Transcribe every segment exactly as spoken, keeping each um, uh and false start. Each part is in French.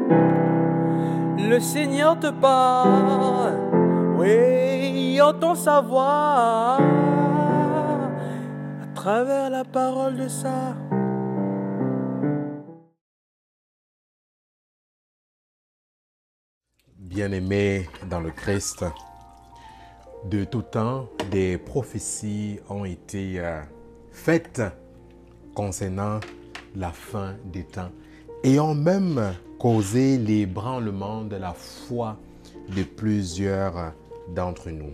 Le Seigneur te parle, oui, entend sa voix à travers la parole de ça. Bien-aimés dans le Christ, de tout temps, des prophéties ont été euh, faites concernant la fin des temps et ont même causé l'ébranlement de la foi de plusieurs d'entre nous.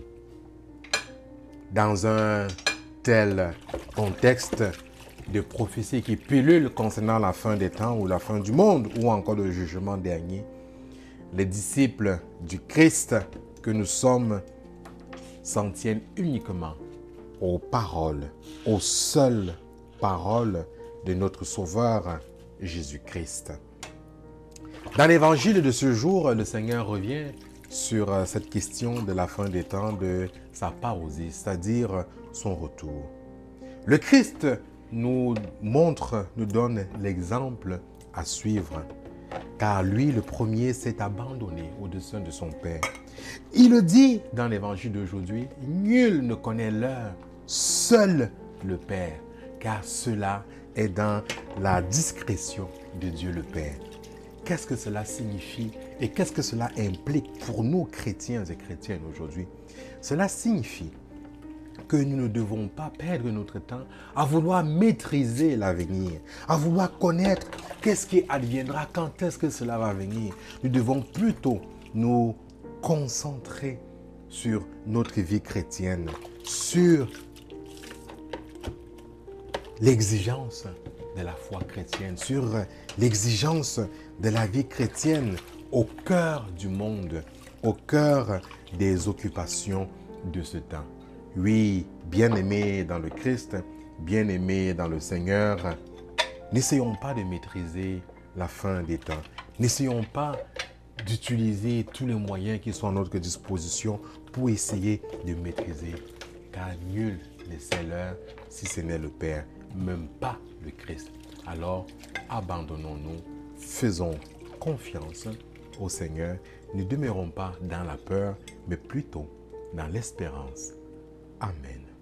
Dans un tel contexte de prophéties qui pullulent concernant la fin des temps ou la fin du monde ou encore le jugement dernier, les disciples du Christ que nous sommes s'en tiennent uniquement aux paroles, aux seules paroles de notre Sauveur Jésus-Christ. Dans l'évangile de ce jour, le Seigneur revient sur cette question de la fin des temps, de sa parousie, c'est-à-dire son retour. Le Christ nous montre, nous donne l'exemple à suivre, car lui, le premier, s'est abandonné au-dessus de son Père. Il le dit dans l'évangile d'aujourd'hui, nul ne connaît l'heure, seul le Père, car cela est dans la discrétion de Dieu le Père. Qu'est-ce que cela signifie et qu'est-ce que cela implique pour nous, chrétiens et chrétiennes aujourd'hui? Cela signifie que nous ne devons pas perdre notre temps à vouloir maîtriser l'avenir, à vouloir connaître qu'est-ce qui adviendra, quand est-ce que cela va venir. Nous devons plutôt nous concentrer sur notre vie chrétienne, sur l'exigence de la foi chrétienne, sur l'exigence de la vie chrétienne au cœur du monde, au cœur des occupations de ce temps. Oui, bien-aimés dans le Christ, bien-aimés dans le Seigneur, n'essayons pas de maîtriser la fin des temps. N'essayons pas d'utiliser tous les moyens qui sont à notre disposition pour essayer de maîtriser, car nul ne sait l'heure si ce n'est le Père, même pas le Christ. Alors, abandonnons-nous, faisons confiance au Seigneur, ne demeurons pas dans la peur, mais plutôt dans l'espérance. Amen.